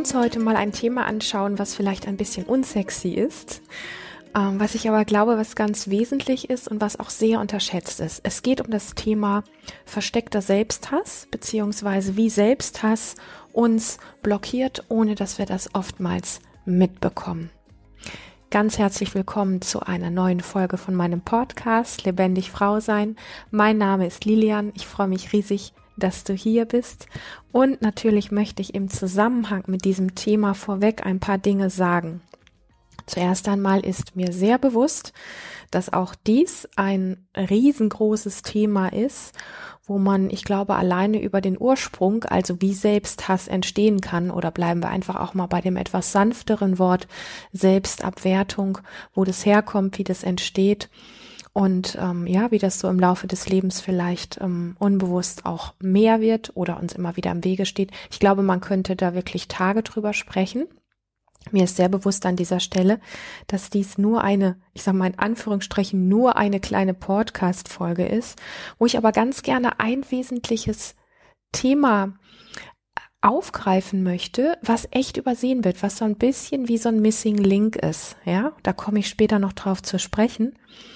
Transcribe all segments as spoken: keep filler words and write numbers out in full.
uns heute mal ein Thema anschauen, was vielleicht ein bisschen unsexy ist, ähm, was ich aber glaube, was ganz wesentlich ist und was auch sehr unterschätzt ist. Es geht um das Thema versteckter Selbsthass, beziehungsweise wie Selbsthass uns blockiert, ohne dass wir das oftmals mitbekommen. Ganz herzlich willkommen zu einer neuen Folge von meinem Podcast Lebendig Frau sein. Mein Name ist Lilian. Ich freue mich riesig, dass du hier bist. Und natürlich möchte ich im Zusammenhang mit diesem Thema vorweg ein paar Dinge sagen. Zuerst einmal ist mir sehr bewusst, dass auch dies ein riesengroßes Thema ist, wo man, ich glaube, alleine über den Ursprung, also wie Selbsthass entstehen kann, oder bleiben wir einfach auch mal bei dem etwas sanfteren Wort Selbstabwertung, wo das herkommt, wie das entsteht und ähm, ja, wie das so im Laufe des Lebens vielleicht ähm, unbewusst auch mehr wird oder uns immer wieder im Wege steht. Ich glaube, man könnte da wirklich Tage drüber sprechen. Mir ist sehr bewusst an dieser Stelle, dass dies nur eine, ich sage mal in Anführungsstrichen, nur eine kleine Podcast-Folge ist, wo ich aber ganz gerne ein wesentliches Thema aufgreifen möchte, was echt übersehen wird, was so ein bisschen wie so ein Missing Link ist. Ja, da komme ich später noch drauf zu sprechen.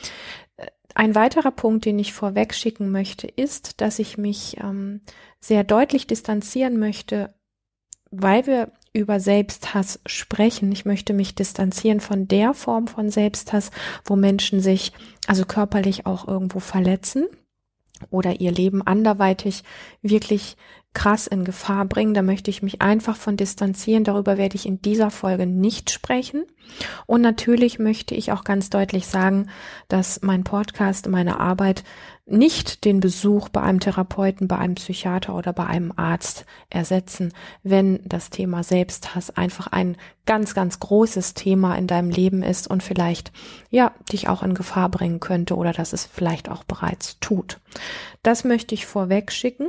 Ein weiterer Punkt, den ich vorweg schicken möchte, ist, dass ich mich ähm, sehr deutlich distanzieren möchte, weil wir über Selbsthass sprechen. Ich möchte mich distanzieren von der Form von Selbsthass, wo Menschen sich also körperlich auch irgendwo verletzen oder ihr Leben anderweitig wirklich krass in Gefahr bringen. Da möchte ich mich einfach von distanzieren. Darüber werde ich in dieser Folge nicht sprechen. Und natürlich möchte ich auch ganz deutlich sagen, dass mein Podcast, meine Arbeit nicht den Besuch bei einem Therapeuten, bei einem Psychiater oder bei einem Arzt ersetzen, wenn das Thema Selbsthass einfach ein ganz, ganz großes Thema in deinem Leben ist und vielleicht, ja, dich auch in Gefahr bringen könnte oder dass es vielleicht auch bereits tut. Das möchte ich vorweg schicken.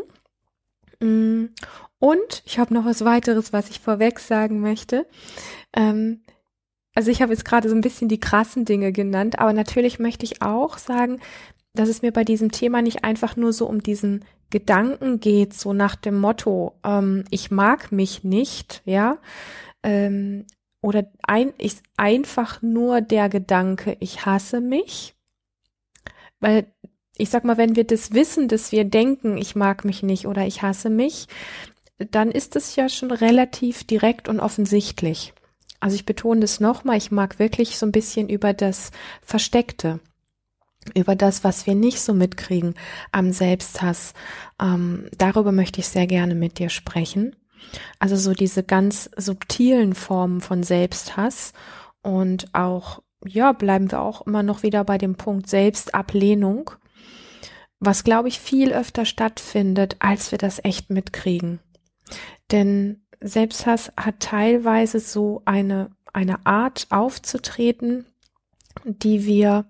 Und ich habe noch was weiteres, was ich vorweg sagen möchte. Ähm, also ich habe jetzt gerade so ein bisschen die krassen Dinge genannt, aber natürlich möchte ich auch sagen, dass es mir bei diesem Thema nicht einfach nur so um diesen Gedanken geht, so nach dem Motto, ähm, ich mag mich nicht, ja, ähm, oder ein, ich, einfach nur der Gedanke, ich hasse mich, weil ich sag mal, wenn wir das wissen, dass wir denken, ich mag mich nicht oder ich hasse mich, dann ist es ja schon relativ direkt und offensichtlich. Also ich betone das nochmal, ich mag wirklich so ein bisschen über das Versteckte, über das, was wir nicht so mitkriegen am Selbsthass. Ähm, darüber möchte ich sehr gerne mit dir sprechen. Also so diese ganz subtilen Formen von Selbsthass und auch, ja, bleiben wir auch immer noch wieder bei dem Punkt Selbstablehnung, was, glaube ich, viel öfter stattfindet, als wir das echt mitkriegen. Denn Selbsthass hat teilweise so eine, eine Art aufzutreten, die wir,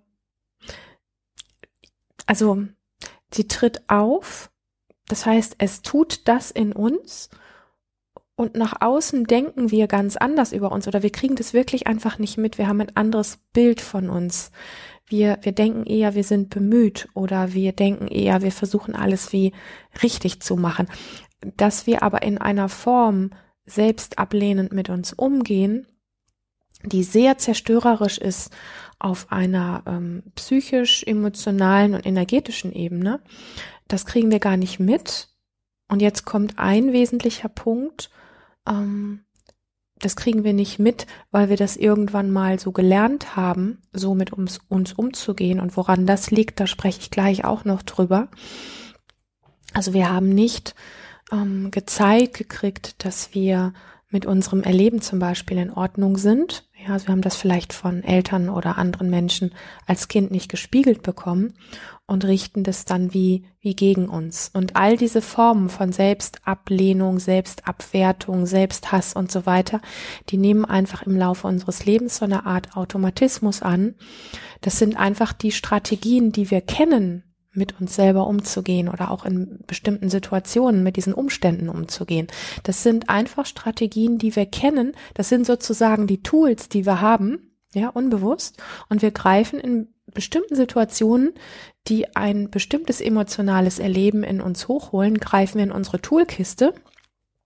also sie tritt auf, das heißt, es tut das in uns und nach außen denken wir ganz anders über uns oder wir kriegen das wirklich einfach nicht mit, wir haben ein anderes Bild von uns. Wir, wir denken eher, wir sind bemüht oder wir denken eher, wir versuchen alles wie richtig zu machen. Dass wir aber in einer Form selbst ablehnend mit uns umgehen, die sehr zerstörerisch ist auf einer ähm, psychisch, emotionalen und energetischen Ebene, das kriegen wir gar nicht mit. Und jetzt kommt ein wesentlicher Punkt, ähm, das kriegen wir nicht mit, weil wir das irgendwann mal so gelernt haben, so mit uns, uns umzugehen. Und woran das liegt, da spreche ich gleich auch noch drüber. Also wir haben nicht ähm, gezeigt gekriegt, dass wir mit unserem Erleben zum Beispiel in Ordnung sind. Ja, also wir haben das vielleicht von Eltern oder anderen Menschen als Kind nicht gespiegelt bekommen und richten das dann wie, wie gegen uns. Und all diese Formen von Selbstablehnung, Selbstabwertung, Selbsthass und so weiter, die nehmen einfach im Laufe unseres Lebens so eine Art Automatismus an. Das sind einfach die Strategien, die wir kennen, mit uns selber umzugehen oder auch in bestimmten Situationen mit diesen Umständen umzugehen. Das sind einfach Strategien, die wir kennen. Das sind sozusagen die Tools, die wir haben, ja, unbewusst. Und wir greifen in bestimmten Situationen, die ein bestimmtes emotionales Erleben in uns hochholen, greifen wir in unsere Toolkiste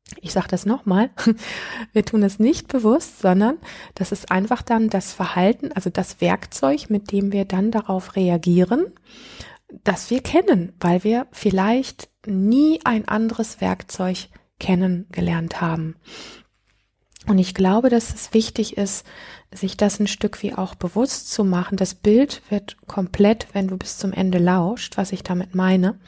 Ich sage das nochmal, wir tun es nicht bewusst, sondern das ist einfach dann das Verhalten, also das Werkzeug, mit dem wir dann darauf reagieren, das wir kennen, weil wir vielleicht nie ein anderes Werkzeug kennengelernt haben. Und ich glaube, dass es wichtig ist, sich das ein Stück wie auch bewusst zu machen. Das Bild wird komplett, wenn du bis zum Ende lauscht, was ich damit meine.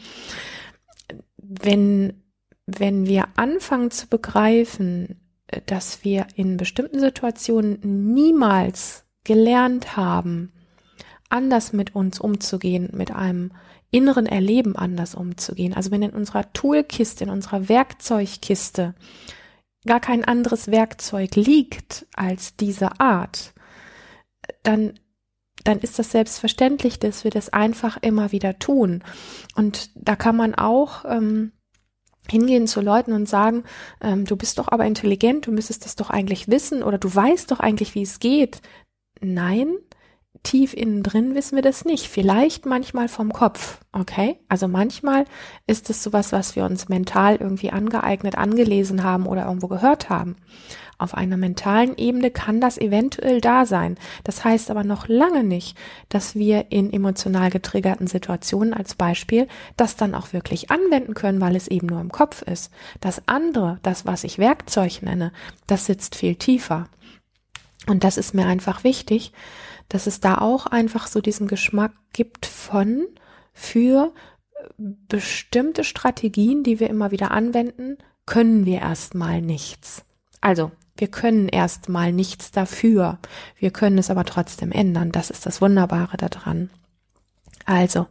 Wenn, wenn wir anfangen zu begreifen, dass wir in bestimmten Situationen niemals gelernt haben, anders mit uns umzugehen, mit einem inneren Erleben anders umzugehen. Also wenn in unserer Toolkiste, in unserer Werkzeugkiste gar kein anderes Werkzeug liegt als diese Art, dann, dann ist das selbstverständlich, dass wir das einfach immer wieder tun. Und da kann man auch ähm, hingehen zu Leuten und sagen, ähm, du bist doch aber intelligent, du müsstest das doch eigentlich wissen oder du weißt doch eigentlich, wie es geht. Nein, tief innen drin wissen wir das nicht. Vielleicht manchmal vom Kopf, okay? Also manchmal ist es sowas, was wir uns mental irgendwie angeeignet, angelesen haben oder irgendwo gehört haben. Auf einer mentalen Ebene kann das eventuell da sein. Das heißt aber noch lange nicht, dass wir in emotional getriggerten Situationen als Beispiel das dann auch wirklich anwenden können, weil es eben nur im Kopf ist. Das andere, das, was ich Werkzeug nenne, das sitzt viel tiefer. Und das ist mir einfach wichtig, dass es da auch einfach so diesen Geschmack gibt von, für bestimmte Strategien, die wir immer wieder anwenden, können wir erstmal nichts. Also, wir können erstmal nichts dafür. Wir können es aber trotzdem ändern. Das ist das Wunderbare daran. Also,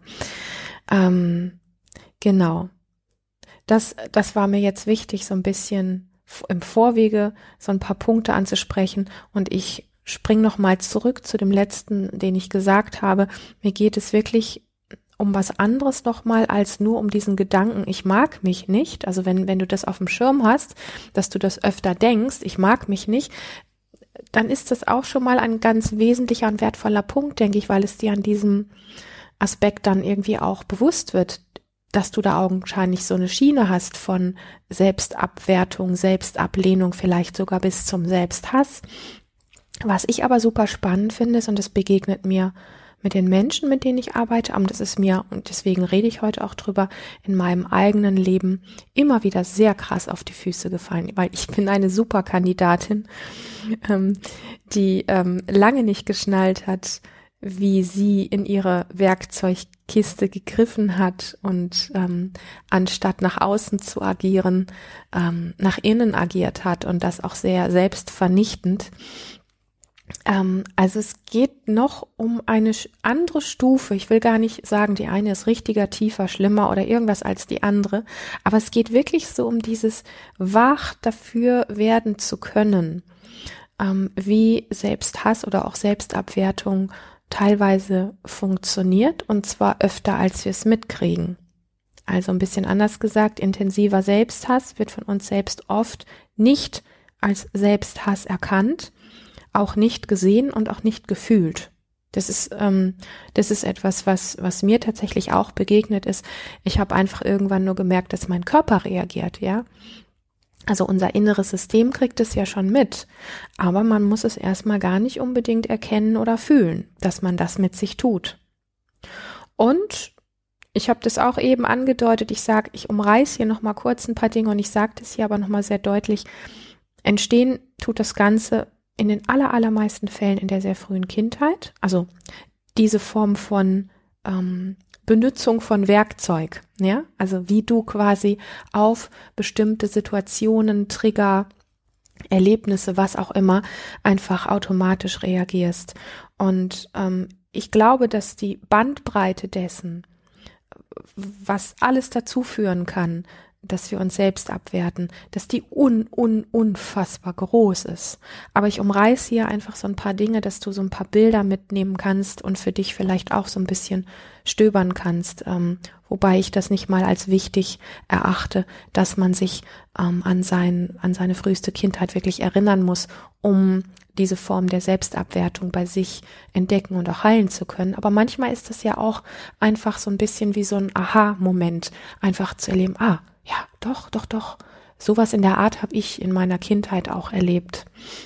ähm, genau. Das, das war mir jetzt wichtig, so ein bisschen im Vorwege so ein paar Punkte anzusprechen, und ich spring noch mal zurück zu dem letzten, den ich gesagt habe. Mir geht es wirklich um was anderes nochmal als nur um diesen Gedanken, ich mag mich nicht. Also wenn, wenn du das auf dem Schirm hast, dass du das öfter denkst, ich mag mich nicht, dann ist das auch schon mal ein ganz wesentlicher und wertvoller Punkt, denke ich, weil es dir an diesem Aspekt dann irgendwie auch bewusst wird, dass du da augenscheinlich so eine Schiene hast von Selbstabwertung, Selbstablehnung, vielleicht sogar bis zum Selbsthass. Was ich aber super spannend finde, ist, und das begegnet mir mit den Menschen, mit denen ich arbeite, und das ist mir, und deswegen rede ich heute auch drüber, in meinem eigenen Leben immer wieder sehr krass auf die Füße gefallen, weil ich bin eine super Kandidatin, ähm, die ähm, lange nicht geschnallt hat, wie sie in ihre Werkzeugkiste gegriffen hat und ähm, anstatt nach außen zu agieren, ähm, nach innen agiert hat, und das auch sehr selbstvernichtend. Ähm, also es geht noch um eine andere Stufe. Ich will gar nicht sagen, die eine ist richtiger, tiefer, schlimmer oder irgendwas als die andere, aber es geht wirklich so um dieses wach dafür werden zu können, ähm, wie Selbsthass oder auch Selbstabwertung teilweise funktioniert, und zwar öfter, als wir es mitkriegen. Also ein bisschen anders gesagt, intensiver Selbsthass wird von uns selbst oft nicht als Selbsthass erkannt, auch nicht gesehen und auch nicht gefühlt. Das ist, ähm, das ist etwas, was, was mir tatsächlich auch begegnet ist. Ich habe einfach irgendwann nur gemerkt, dass mein Körper reagiert, ja. Also unser inneres System kriegt es ja schon mit, aber man muss es erstmal gar nicht unbedingt erkennen oder fühlen, dass man das mit sich tut. Und ich habe das auch eben angedeutet, ich sage, ich umreiße hier nochmal kurz ein paar Dinge, und ich sage das hier aber nochmal sehr deutlich, entstehen tut das Ganze in den aller, allermeisten Fällen in der sehr frühen Kindheit, also diese Form von ähm, Benutzung von Werkzeug, ja, also wie du quasi auf bestimmte Situationen, Trigger, Erlebnisse, was auch immer, einfach automatisch reagierst. Und ähm, ich glaube, dass die Bandbreite dessen, was alles dazu führen kann, dass wir uns selbst abwerten, dass die un, un, unfassbar groß ist. Aber ich umreiße hier einfach so ein paar Dinge, dass du so ein paar Bilder mitnehmen kannst und für dich vielleicht auch so ein bisschen stöbern kannst, ähm, wobei ich das nicht mal als wichtig erachte, dass man sich ähm, an sein, an seine früheste Kindheit wirklich erinnern muss, um diese Form der Selbstabwertung bei sich entdecken und auch heilen zu können. Aber manchmal ist das ja auch einfach so ein bisschen wie so ein Aha-Moment, einfach zu erleben, ah, ja, doch, doch, doch, Sowas in der Art habe ich in meiner Kindheit auch erlebt.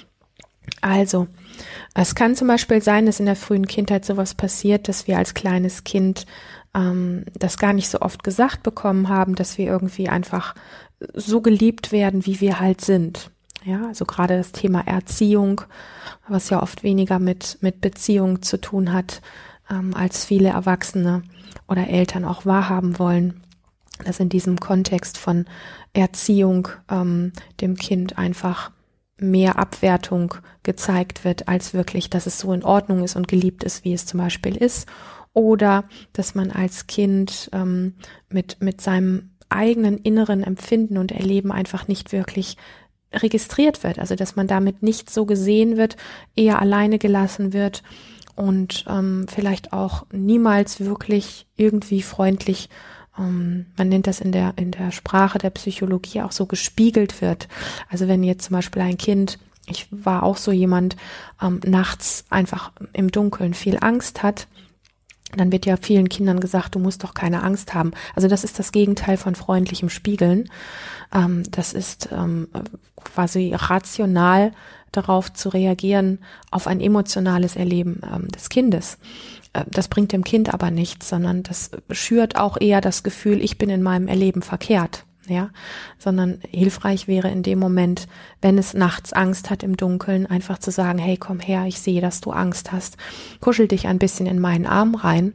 Also, es kann zum Beispiel sein, dass in der frühen Kindheit sowas passiert, dass wir als kleines Kind ähm, das gar nicht so oft gesagt bekommen haben, dass wir irgendwie einfach so geliebt werden, wie wir halt sind. Ja, also gerade das Thema Erziehung, was ja oft weniger mit mit Beziehung zu tun hat, ähm, als viele Erwachsene oder Eltern auch wahrhaben wollen, dass in diesem Kontext von Erziehung ähm, dem Kind einfach mehr Abwertung gezeigt wird, als wirklich, dass es so in Ordnung ist und geliebt ist, wie es zum Beispiel ist. Oder dass man als Kind ähm, mit mit seinem eigenen inneren Empfinden und Erleben einfach nicht wirklich registriert wird. Also dass man damit nicht so gesehen wird, eher alleine gelassen wird und ähm, vielleicht auch niemals wirklich irgendwie freundlich, ähm, man nennt das in der in der Sprache der Psychologie auch so, gespiegelt wird. Also wenn jetzt zum Beispiel ein Kind, ich war auch so jemand, ähm, nachts einfach im Dunkeln viel Angst hat, dann wird ja vielen Kindern gesagt, du musst doch keine Angst haben. Also das ist das Gegenteil von freundlichem Spiegeln. Ähm, das ist ähm, quasi rational darauf zu reagieren, auf ein emotionales Erleben ähm, des Kindes. Äh, das bringt dem Kind aber nichts, sondern das schürt auch eher das Gefühl, ich bin in meinem Erleben verkehrt. Ja, sondern hilfreich wäre in dem Moment, wenn es nachts Angst hat im Dunkeln, einfach zu sagen, hey, komm her, ich sehe, dass du Angst hast, kuschel dich ein bisschen in meinen Arm rein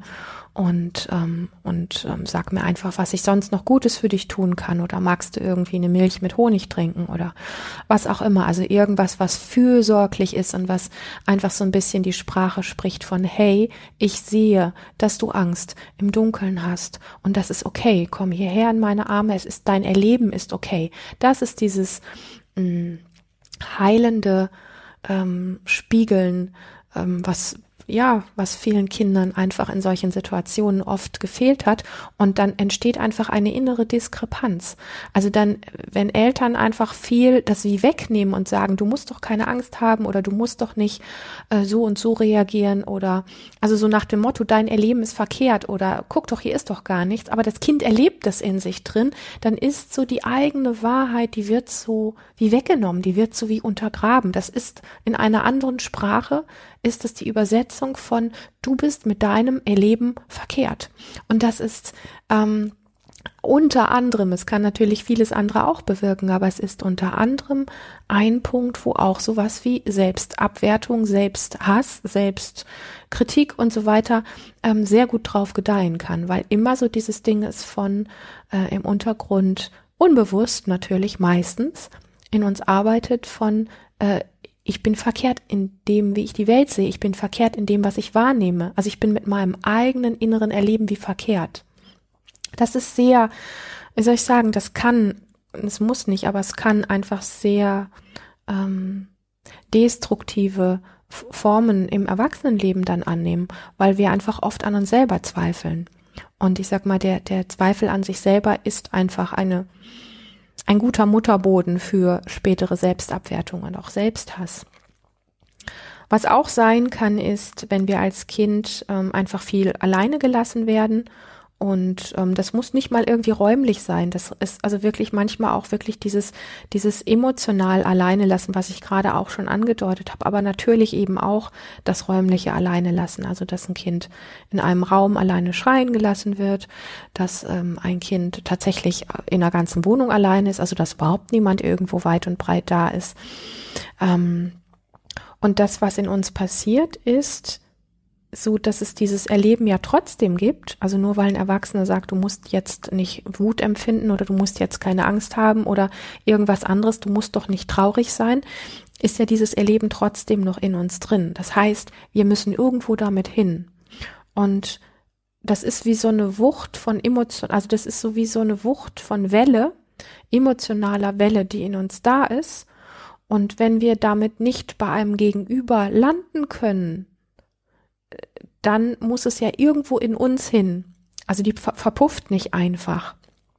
und ähm, und ähm, sag mir einfach, was ich sonst noch Gutes für dich tun kann, oder magst du irgendwie eine Milch mit Honig trinken oder was auch immer, also irgendwas, was fürsorglich ist und was einfach so ein bisschen die Sprache spricht von, hey, ich sehe, dass du Angst im Dunkeln hast und das ist okay, komm hierher in meine Arme, es ist, dein Erleben ist okay. Das ist dieses mh, heilende ähm, Spiegeln, ähm, was ja, was vielen Kindern einfach in solchen Situationen oft gefehlt hat, und dann entsteht einfach eine innere Diskrepanz. Also dann, wenn Eltern einfach viel das wie wegnehmen und sagen, du musst doch keine Angst haben oder du musst doch nicht äh, so und so reagieren, oder also so nach dem Motto, dein Erleben ist verkehrt oder guck doch, hier ist doch gar nichts, aber das Kind erlebt das in sich drin, dann ist so die eigene Wahrheit, die wird so wie weggenommen, die wird so wie untergraben. Das ist in einer anderen Sprache, ist es die Übersetzung von du bist mit deinem Erleben verkehrt. Und das ist ähm, unter anderem, es kann natürlich vieles andere auch bewirken, aber es ist unter anderem ein Punkt, wo auch sowas wie Selbstabwertung, Selbsthass, Selbstkritik und so weiter ähm, sehr gut drauf gedeihen kann, weil immer so dieses Ding ist von äh, im Untergrund, unbewusst natürlich meistens, in uns arbeitet von äh, ich bin verkehrt in dem, wie ich die Welt sehe. Ich bin verkehrt in dem, was ich wahrnehme. Also ich bin mit meinem eigenen inneren Erleben wie verkehrt. Das ist sehr, wie soll ich sagen, das kann, es muss nicht, aber es kann einfach sehr ähm, destruktive Formen im Erwachsenenleben dann annehmen, weil wir einfach oft an uns selber zweifeln. Und ich sag mal, der, der Zweifel an sich selber ist einfach eine ein guter Mutterboden für spätere Selbstabwertung und auch Selbsthass. Was auch sein kann, ist, wenn wir als Kind ähm, einfach viel alleine gelassen werden. Und ähm, das muss nicht mal irgendwie räumlich sein. Das ist also wirklich manchmal auch wirklich dieses dieses emotional alleine lassen, was ich gerade auch schon angedeutet habe. Aber natürlich eben auch das räumliche alleine lassen. Also dass ein Kind in einem Raum alleine schreien gelassen wird, dass ähm, ein Kind tatsächlich in einer ganzen Wohnung alleine ist, also dass überhaupt niemand irgendwo weit und breit da ist. Ähm, und das, was in uns passiert, ist so, dass es dieses Erleben ja trotzdem gibt, also nur weil ein Erwachsener sagt, du musst jetzt nicht Wut empfinden oder du musst jetzt keine Angst haben oder irgendwas anderes, du musst doch nicht traurig sein, ist ja dieses Erleben trotzdem noch in uns drin. Das heißt, wir müssen irgendwo damit hin. Und das ist wie so eine Wucht von Emotion, also das ist so wie so eine Wucht von Welle, emotionaler Welle, die in uns da ist. Und wenn wir damit nicht bei einem Gegenüber landen können, dann muss es ja irgendwo in uns hin. Also die ver- verpufft nicht einfach.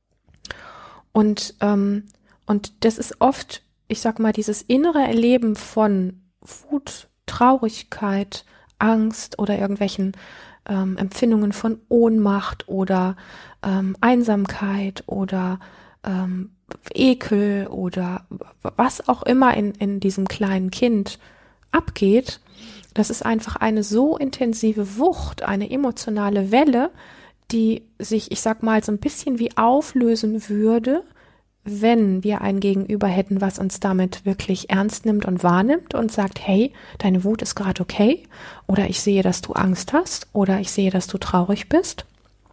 Und, ähm, und das ist oft, ich sag mal, dieses innere Erleben von Wut, Traurigkeit, Angst oder irgendwelchen ähm, Empfindungen von Ohnmacht oder ähm, Einsamkeit oder ähm, Ekel oder was auch immer in, in diesem kleinen Kind abgeht, das ist einfach eine so intensive Wucht, eine emotionale Welle, die sich, ich sag mal, so ein bisschen wie auflösen würde, wenn wir ein Gegenüber hätten, was uns damit wirklich ernst nimmt und wahrnimmt und sagt, hey, deine Wut ist gerade okay, oder ich sehe, dass du Angst hast, oder ich sehe, dass du traurig bist.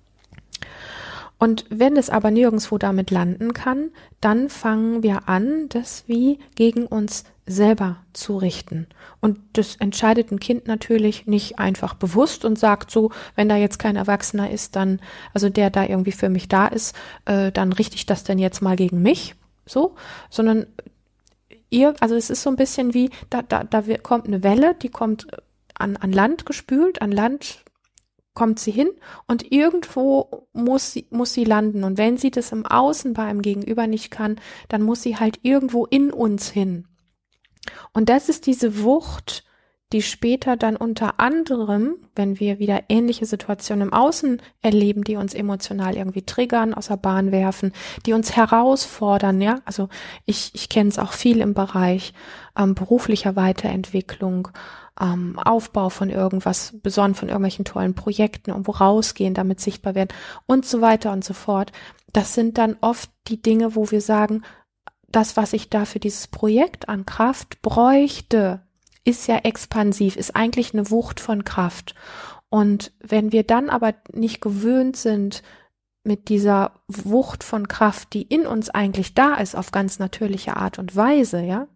Und wenn es aber nirgendwo damit landen kann, dann fangen wir an, das wie gegen uns selber zu richten. Und das entscheidet ein Kind natürlich nicht einfach bewusst und sagt so, wenn da jetzt kein Erwachsener ist, dann, also der da irgendwie für mich da ist, äh, dann richte ich das denn jetzt mal gegen mich, so, sondern ihr, also es ist so ein bisschen wie, da, da, da kommt eine Welle, die kommt an, an Land gespült, an Land kommt sie hin und irgendwo muss sie, muss sie landen. Und wenn sie das im Außen bei einem Gegenüber nicht kann, dann muss sie halt irgendwo in uns hin. Und das ist diese Wucht, die später dann unter anderem, wenn wir wieder ähnliche Situationen im Außen erleben, die uns emotional irgendwie triggern, aus der Bahn werfen, die uns herausfordern, ja. Also ich, ich kenne es auch viel im Bereich ähm, beruflicher Weiterentwicklung, ähm, Aufbau von irgendwas, besonders von irgendwelchen tollen Projekten, irgendwo rausgehen, damit sichtbar werden und so weiter und so fort. Das sind dann oft die Dinge, wo wir sagen, das, was ich da für dieses Projekt an Kraft bräuchte, ist ja expansiv, ist eigentlich eine Wucht von Kraft. Und wenn wir dann aber nicht gewöhnt sind, mit dieser Wucht von Kraft, die in uns eigentlich da ist, auf ganz natürliche Art und Weise, ja,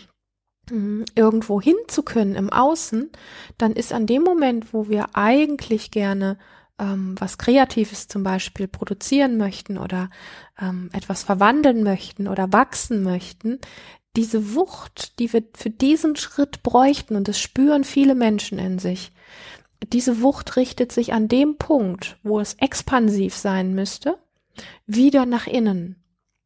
irgendwo hin zu können im Außen, dann ist an dem Moment, wo wir eigentlich gerne ähm, was Kreatives zum Beispiel produzieren möchten oder ähm, etwas verwandeln möchten oder wachsen möchten, diese Wucht, die wir für diesen Schritt bräuchten, und das spüren viele Menschen in sich, diese Wucht richtet sich an dem Punkt, wo es expansiv sein müsste, wieder nach innen.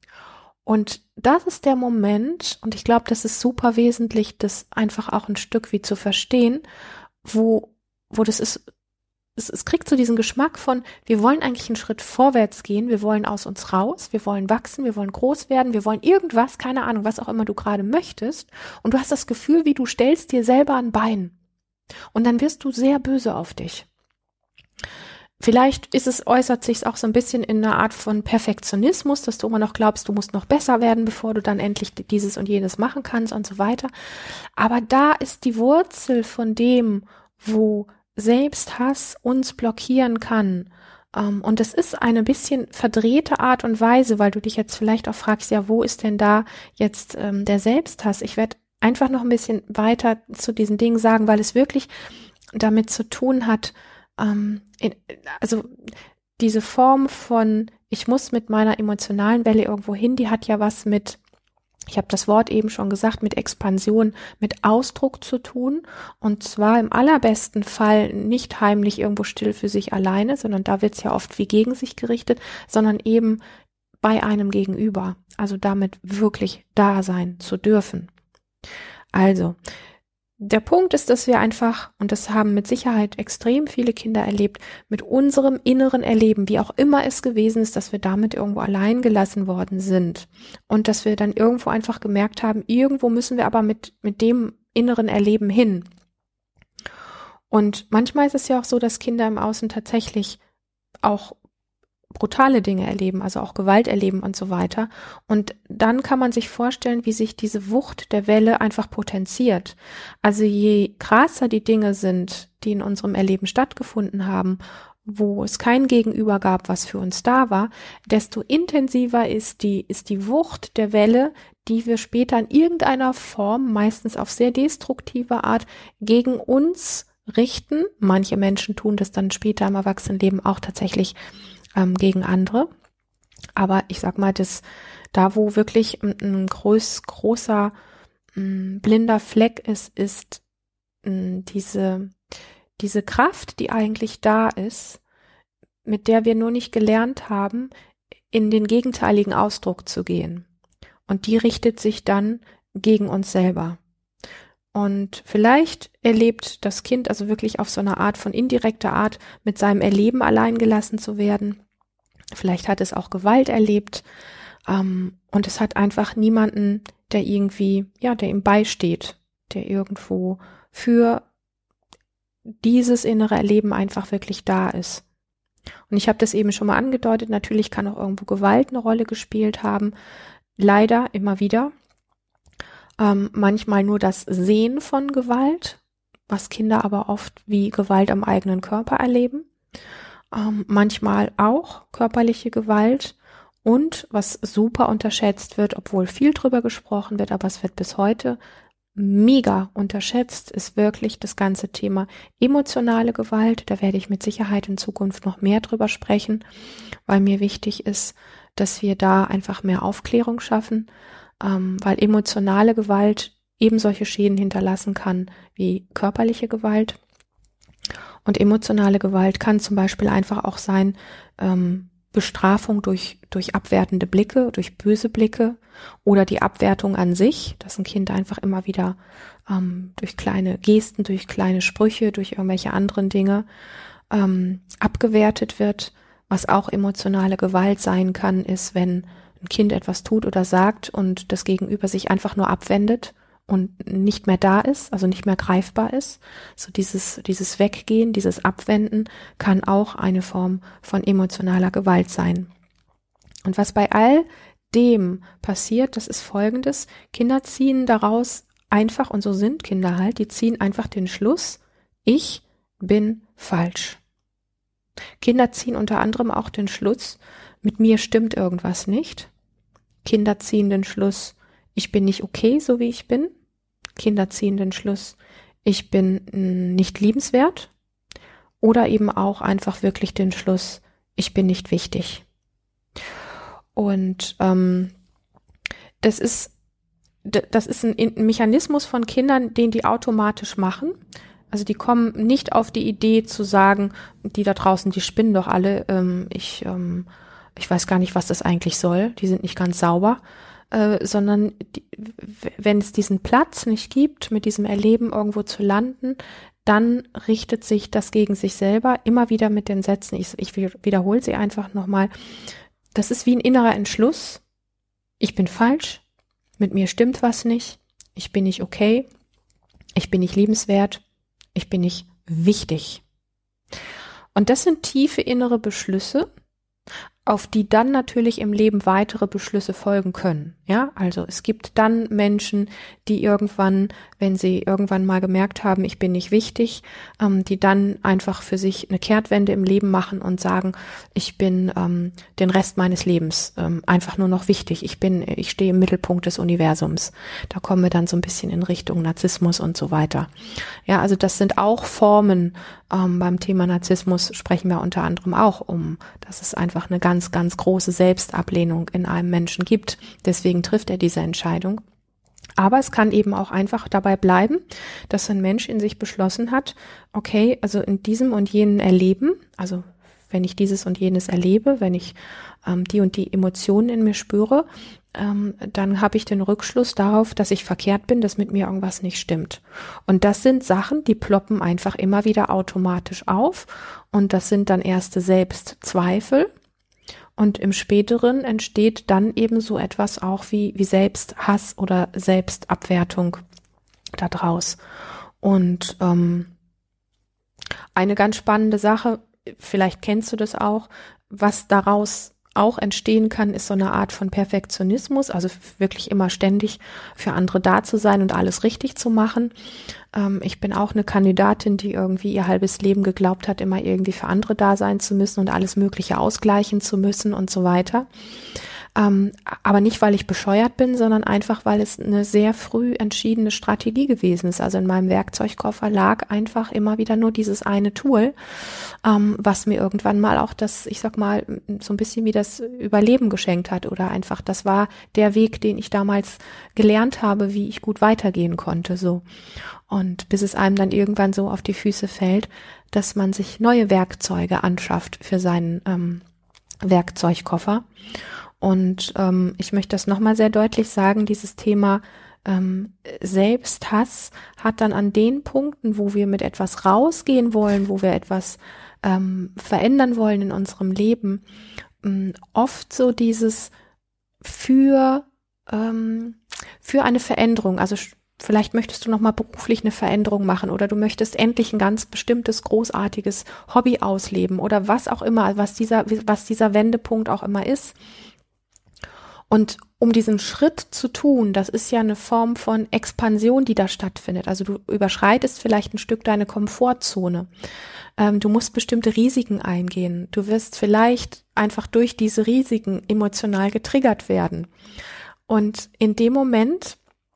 Und das ist der Moment, und ich glaube, das ist super wesentlich, das einfach auch ein Stück wie zu verstehen, wo, wo das ist, es, es kriegt so diesen Geschmack von, wir wollen eigentlich einen Schritt vorwärts gehen, wir wollen aus uns raus, wir wollen wachsen, wir wollen groß werden, wir wollen irgendwas, keine Ahnung, was auch immer du gerade möchtest, und du hast das Gefühl, wie du stellst dir selber ein Bein. Und dann wirst du sehr böse auf dich. Vielleicht ist es, äußert sich auch so ein bisschen in einer Art von Perfektionismus, dass du immer noch glaubst, du musst noch besser werden, bevor du dann endlich dieses und jenes machen kannst und so weiter. Aber da ist die Wurzel von dem, wo Selbsthass uns blockieren kann. Um, und es ist eine bisschen verdrehte Art und Weise, weil du dich jetzt vielleicht auch fragst, ja, wo ist denn da jetzt ähm, der Selbsthass? Ich werde einfach noch ein bisschen weiter zu diesen Dingen sagen, weil es wirklich damit zu tun hat, ähm, in, also diese Form von, ich muss mit meiner emotionalen Welle irgendwo hin, die hat ja was mit, ich habe das Wort eben schon gesagt, mit Expansion, mit Ausdruck zu tun, und zwar im allerbesten Fall nicht heimlich irgendwo still für sich alleine, sondern da wird es ja oft wie gegen sich gerichtet, sondern eben bei einem Gegenüber, also damit wirklich da sein zu dürfen. Also, der Punkt ist, dass wir einfach, und das haben mit Sicherheit extrem viele Kinder erlebt, mit unserem inneren Erleben, wie auch immer es gewesen ist, dass wir damit irgendwo allein gelassen worden sind. Und dass wir dann irgendwo einfach gemerkt haben, irgendwo müssen wir aber mit, mit dem inneren Erleben hin. Und manchmal ist es ja auch so, dass Kinder im Außen tatsächlich auch brutale Dinge erleben, also auch Gewalt erleben und so weiter. Und dann kann man sich vorstellen, wie sich diese Wucht der Welle einfach potenziert. Also je krasser die Dinge sind, die in unserem Erleben stattgefunden haben, wo es kein Gegenüber gab, was für uns da war, desto intensiver ist die, ist die Wucht der Welle, die wir später in irgendeiner Form, meistens auf sehr destruktive Art, gegen uns richten. Manche Menschen tun das dann später im Erwachsenenleben auch tatsächlich Ähm, gegen andere. Aber ich sag mal, das, da wo wirklich ein, ein groß, großer ein blinder Fleck ist, ist ein, diese, diese Kraft, die eigentlich da ist, mit der wir nur nicht gelernt haben, in den gegenteiligen Ausdruck zu gehen. Und die richtet sich dann gegen uns selber. Und vielleicht erlebt das Kind also wirklich auf so eine Art von indirekter Art mit seinem Erleben allein gelassen zu werden. Vielleicht hat es auch Gewalt erlebt. Ähm, und es hat einfach niemanden, der irgendwie, ja, der ihm beisteht, der irgendwo für dieses innere Erleben einfach wirklich da ist. Und ich habe das eben schon mal angedeutet, natürlich kann auch irgendwo Gewalt eine Rolle gespielt haben, leider immer wieder. Ähm, manchmal nur das Sehen von Gewalt, was Kinder aber oft wie Gewalt am eigenen Körper erleben. Ähm, manchmal auch körperliche Gewalt und was super unterschätzt wird, obwohl viel drüber gesprochen wird, aber es wird bis heute mega unterschätzt, ist wirklich das ganze Thema emotionale Gewalt. Da werde ich mit Sicherheit in Zukunft noch mehr drüber sprechen, weil mir wichtig ist, dass wir da einfach mehr Aufklärung schaffen, ähm, weil emotionale Gewalt eben solche Schäden hinterlassen kann wie körperliche Gewalt. Und emotionale Gewalt kann zum Beispiel einfach auch sein, ähm, Bestrafung durch, durch abwertende Blicke, durch böse Blicke oder die Abwertung an sich, dass ein Kind einfach immer wieder ähm, durch kleine Gesten, durch kleine Sprüche, durch irgendwelche anderen Dinge ähm, abgewertet wird. Was auch emotionale Gewalt sein kann, ist, wenn ein Kind etwas tut oder sagt und das Gegenüber sich einfach nur abwendet und nicht mehr da ist, also nicht mehr greifbar ist. So dieses, dieses Weggehen, dieses Abwenden kann auch eine Form von emotionaler Gewalt sein. Und was bei all dem passiert, das ist Folgendes: Kinder ziehen daraus einfach, und so sind Kinder halt, die ziehen einfach den Schluss, ich bin falsch. Kinder ziehen unter anderem auch den Schluss, mit mir stimmt irgendwas nicht. Kinder ziehen den Schluss, ich bin nicht okay, so wie ich bin. Kinder ziehen den Schluss, ich bin nicht liebenswert. Oder eben auch einfach wirklich den Schluss, ich bin nicht wichtig. Und ähm, das ist, das ist ein, ein Mechanismus von Kindern, den die automatisch machen. Also die kommen nicht auf die Idee zu sagen, die da draußen, die spinnen doch alle, ähm, ich, ähm, ich weiß gar nicht, was das eigentlich soll, die sind nicht ganz sauber. Äh, sondern die, wenn es diesen Platz nicht gibt, mit diesem Erleben irgendwo zu landen, dann richtet sich das gegen sich selber immer wieder mit den Sätzen, ich, ich wiederhole sie einfach nochmal, das ist wie ein innerer Entschluss, ich bin falsch, mit mir stimmt was nicht, ich bin nicht okay, ich bin nicht liebenswert, ich bin nicht wichtig. Und das sind tiefe innere Beschlüsse, auf die dann natürlich im Leben weitere Beschlüsse folgen können. Ja, also es gibt dann Menschen, die irgendwann, wenn sie irgendwann mal gemerkt haben, ich bin nicht wichtig, ähm, die dann einfach für sich eine Kehrtwende im Leben machen und sagen, ich bin ähm, den Rest meines Lebens ähm, einfach nur noch wichtig. Ich bin, ich stehe im Mittelpunkt des Universums. Da kommen wir dann so ein bisschen in Richtung Narzissmus und so weiter. Ja, also das sind auch Formen. Ähm, beim Thema Narzissmus sprechen wir unter anderem auch um, dass es einfach eine ganz, ganz große Selbstablehnung in einem Menschen gibt. Deswegen trifft er diese Entscheidung. Aber es kann eben auch einfach dabei bleiben, dass ein Mensch in sich beschlossen hat, okay, also in diesem und jenen Erleben, also wenn ich dieses und jenes erlebe, wenn ich ähm, die und die Emotionen in mir spüre, ähm, dann habe ich den Rückschluss darauf, dass ich verkehrt bin, dass mit mir irgendwas nicht stimmt. Und das sind Sachen, die ploppen einfach immer wieder automatisch auf und das sind dann erste Selbstzweifel. Und im Späteren entsteht dann eben so etwas auch wie, wie Selbsthass oder Selbstabwertung daraus. Und ähm, eine ganz spannende Sache, vielleicht kennst du das auch, was daraus auch entstehen kann, ist so eine Art von Perfektionismus, also wirklich immer ständig für andere da zu sein und alles richtig zu machen. Ähm, ich bin auch eine Kandidatin, die irgendwie ihr halbes Leben geglaubt hat, immer irgendwie für andere da sein zu müssen und alles Mögliche ausgleichen zu müssen und so weiter. Ähm, aber nicht, weil ich bescheuert bin, sondern einfach, weil es eine sehr früh entschiedene Strategie gewesen ist. Also in meinem Werkzeugkoffer lag einfach immer wieder nur dieses eine Tool, ähm, was mir irgendwann mal auch das, ich sag mal, so ein bisschen wie das Überleben geschenkt hat oder einfach, das war der Weg, den ich damals gelernt habe, wie ich gut weitergehen konnte, so. Und bis es einem dann irgendwann so auf die Füße fällt, dass man sich neue Werkzeuge anschafft für seinen ähm, Werkzeugkoffer. Und ähm, ich möchte das nochmal sehr deutlich sagen, dieses Thema ähm, Selbsthass hat dann an den Punkten, wo wir mit etwas rausgehen wollen, wo wir etwas ähm, verändern wollen in unserem Leben, ähm, oft so dieses, für, ähm, für eine Veränderung. Also vielleicht möchtest du nochmal beruflich eine Veränderung machen oder du möchtest endlich ein ganz bestimmtes, großartiges Hobby ausleben oder was auch immer, was dieser, was dieser Wendepunkt auch immer ist. Und um diesen Schritt zu tun, das ist ja eine Form von Expansion, die da stattfindet. Also du überschreitest vielleicht ein Stück deine Komfortzone. Ähm, du musst bestimmte Risiken eingehen. Du wirst vielleicht einfach durch diese Risiken emotional getriggert werden. Und in dem Moment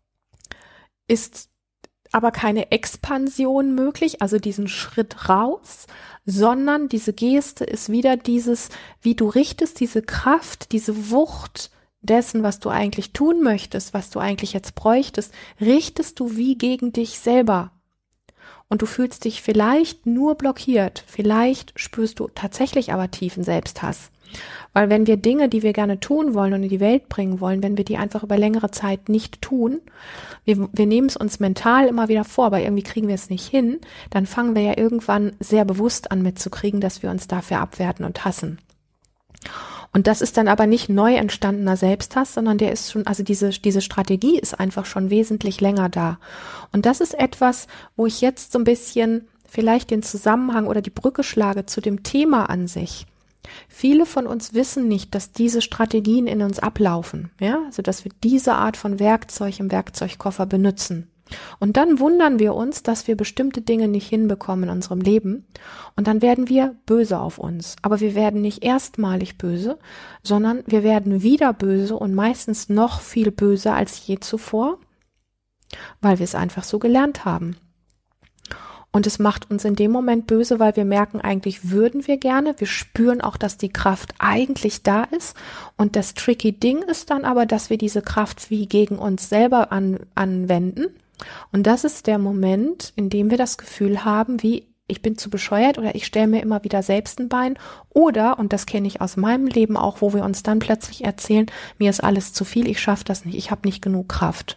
ist aber keine Expansion möglich, also diesen Schritt raus, sondern diese Geste ist wieder dieses, wie du richtest diese Kraft, diese Wucht dessen, was du eigentlich tun möchtest, was du eigentlich jetzt bräuchtest, richtest du wie gegen dich selber. Und du fühlst dich vielleicht nur blockiert, vielleicht spürst du tatsächlich aber tiefen Selbsthass. Weil wenn wir Dinge, die wir gerne tun wollen und in die Welt bringen wollen, wenn wir die einfach über längere Zeit nicht tun, wir, wir nehmen es uns mental immer wieder vor, aber irgendwie kriegen wir es nicht hin, dann fangen wir ja irgendwann sehr bewusst an mitzukriegen, dass wir uns dafür abwerten und hassen. Und das ist dann aber nicht neu entstandener Selbsthass, sondern der ist schon, also diese, diese Strategie ist einfach schon wesentlich länger da. Und das ist etwas, wo ich jetzt so ein bisschen vielleicht den Zusammenhang oder die Brücke schlage zu dem Thema an sich. Viele von uns wissen nicht, dass diese Strategien in uns ablaufen, ja, also dass wir diese Art von Werkzeug im Werkzeugkoffer benutzen. Und dann wundern wir uns, dass wir bestimmte Dinge nicht hinbekommen in unserem Leben und dann werden wir böse auf uns. Aber wir werden nicht erstmalig böse, sondern wir werden wieder böse und meistens noch viel böser als je zuvor, weil wir es einfach so gelernt haben. Und es macht uns in dem Moment böse, weil wir merken, eigentlich würden wir gerne. Wir spüren auch, dass die Kraft eigentlich da ist. Und das tricky Ding ist dann aber, dass wir diese Kraft wie gegen uns selber an, anwenden. Und das ist der Moment, in dem wir das Gefühl haben, wie ich bin zu bescheuert oder ich stelle mir immer wieder selbst ein Bein. Oder, und das kenne ich aus meinem Leben auch, wo wir uns dann plötzlich erzählen, mir ist alles zu viel, ich schaffe das nicht, ich habe nicht genug Kraft.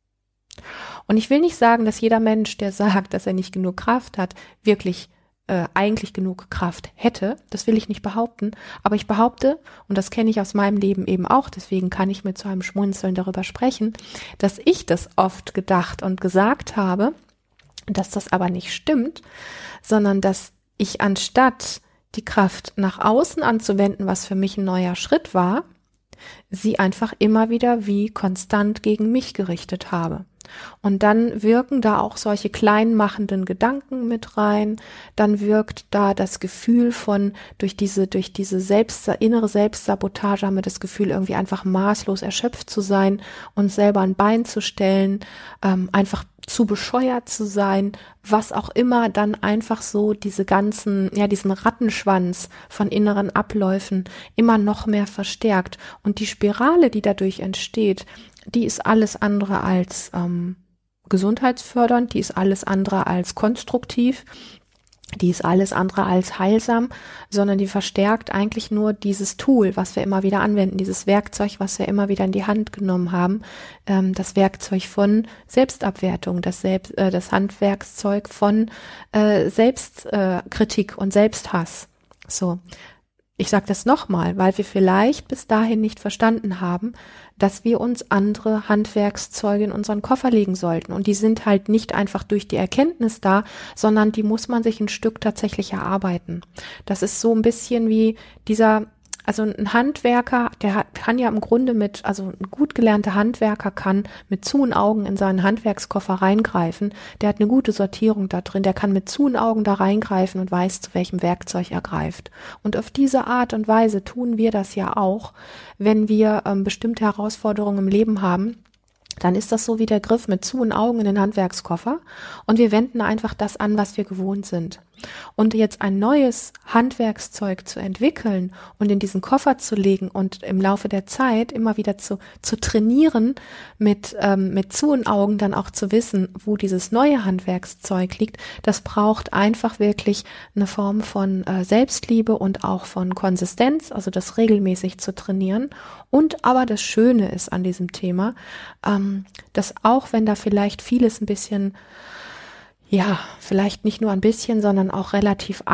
Und ich will nicht sagen, dass jeder Mensch, der sagt, dass er nicht genug Kraft hat, wirklich äh, eigentlich genug Kraft hätte. Das will ich nicht behaupten. Aber ich behaupte, und das kenne ich aus meinem Leben eben auch, deswegen kann ich mit so einem Schmunzeln darüber sprechen, dass ich das oft gedacht und gesagt habe, dass das aber nicht stimmt, sondern dass ich anstatt die Kraft nach außen anzuwenden, was für mich ein neuer Schritt war, sie einfach immer wieder wie konstant gegen mich gerichtet habe. Und dann wirken da auch solche kleinmachenden Gedanken mit rein, dann wirkt da das Gefühl von, durch diese, durch diese selbst, innere Selbstsabotage haben wir das Gefühl, irgendwie einfach maßlos erschöpft zu sein, uns selber ein Bein zu stellen, ähm, einfach zu bescheuert zu sein, was auch immer dann einfach so diese ganzen, ja, diesen Rattenschwanz von inneren Abläufen immer noch mehr verstärkt. Und die Spirale, die dadurch entsteht, die ist alles andere als ähm, gesundheitsfördernd, die ist alles andere als konstruktiv, die ist alles andere als heilsam, sondern die verstärkt eigentlich nur dieses Tool, was wir immer wieder anwenden, dieses Werkzeug, was wir immer wieder in die Hand genommen haben, ähm, das Werkzeug von Selbstabwertung, das, Selbst, äh, das Handwerkszeug von äh, Selbstkritik äh, und Selbsthass. So. Ich sage das nochmal, weil wir vielleicht bis dahin nicht verstanden haben, dass wir uns andere Handwerkszeuge in unseren Koffer legen sollten. Und die sind halt nicht einfach durch die Erkenntnis da, sondern die muss man sich ein Stück tatsächlich erarbeiten. Das ist so ein bisschen wie dieser, also ein Handwerker, der hat, kann ja im Grunde mit, also ein gut gelernter Handwerker kann mit zu und Augen in seinen Handwerkskoffer reingreifen. Der hat eine gute Sortierung da drin, der kann mit zu und Augen da reingreifen und weiß, zu welchem Werkzeug er greift. Und auf diese Art und Weise tun wir das ja auch, wenn wir ähm, bestimmte Herausforderungen im Leben haben. Dann ist das so wie der Griff mit zu und Augen in den Handwerkskoffer und wir wenden einfach das an, was wir gewohnt sind. Und jetzt ein neues Handwerkszeug zu entwickeln und in diesen Koffer zu legen und im Laufe der Zeit immer wieder zu, zu trainieren, mit, ähm, mit zu und Augen dann auch zu wissen, wo dieses neue Handwerkszeug liegt, das braucht einfach wirklich eine Form von äh, Selbstliebe und auch von Konsistenz, also das regelmäßig zu trainieren. Und aber das Schöne ist an diesem Thema, ähm, dass auch wenn da vielleicht vieles ein bisschen, ja, vielleicht nicht nur ein bisschen, sondern auch relativ arg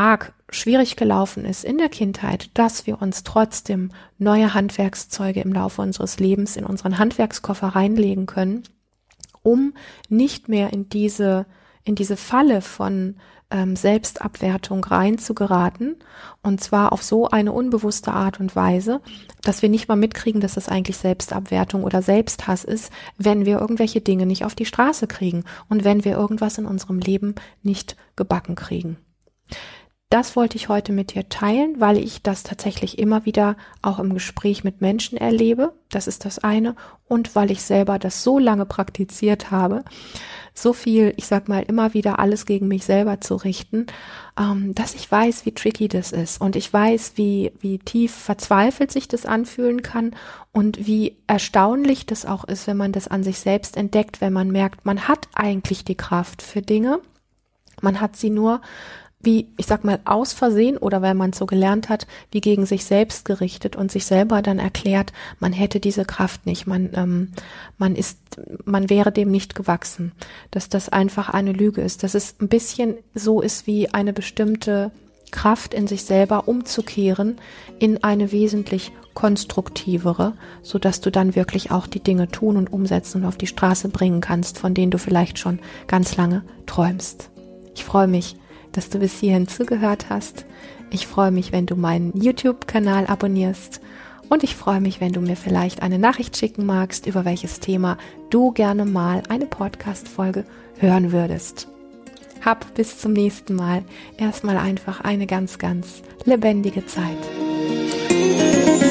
schwierig gelaufen ist in der Kindheit, dass wir uns trotzdem neue Handwerkszeuge im Laufe unseres Lebens in unseren Handwerkskoffer reinlegen können, um nicht mehr in diese, in diese Falle von ähm, Selbstabwertung reinzugeraten, und zwar auf so eine unbewusste Art und Weise, dass wir nicht mal mitkriegen, dass das eigentlich Selbstabwertung oder Selbsthass ist, wenn wir irgendwelche Dinge nicht auf die Straße kriegen und wenn wir irgendwas in unserem Leben nicht gebacken kriegen. Das wollte ich heute mit dir teilen, weil ich das tatsächlich immer wieder auch im Gespräch mit Menschen erlebe. Das ist das eine. Und weil ich selber das so lange praktiziert habe, so viel, ich sag mal, immer wieder alles gegen mich selber zu richten, ähm, dass ich weiß, wie tricky das ist. Und ich weiß, wie, wie tief verzweifelt sich das anfühlen kann und wie erstaunlich das auch ist, wenn man das an sich selbst entdeckt, wenn man merkt, man hat eigentlich die Kraft für Dinge. Man hat sie nur, wie, ich sag mal, aus Versehen oder weil man es so gelernt hat, wie gegen sich selbst gerichtet und sich selber dann erklärt, man hätte diese Kraft nicht, man, ähm, man ist, man wäre dem nicht gewachsen, dass das einfach eine Lüge ist, dass es ein bisschen so ist wie eine bestimmte Kraft in sich selber umzukehren in eine wesentlich konstruktivere, so dass du dann wirklich auch die Dinge tun und umsetzen und auf die Straße bringen kannst, von denen du vielleicht schon ganz lange träumst. Ich freue mich, dass du bis hierhin zugehört hast. Ich freue mich, wenn du meinen YouTube-Kanal abonnierst und ich freue mich, wenn du mir vielleicht eine Nachricht schicken magst, über welches Thema du gerne mal eine Podcast-Folge hören würdest. Hab bis zum nächsten Mal erstmal einfach eine ganz, ganz lebendige Zeit.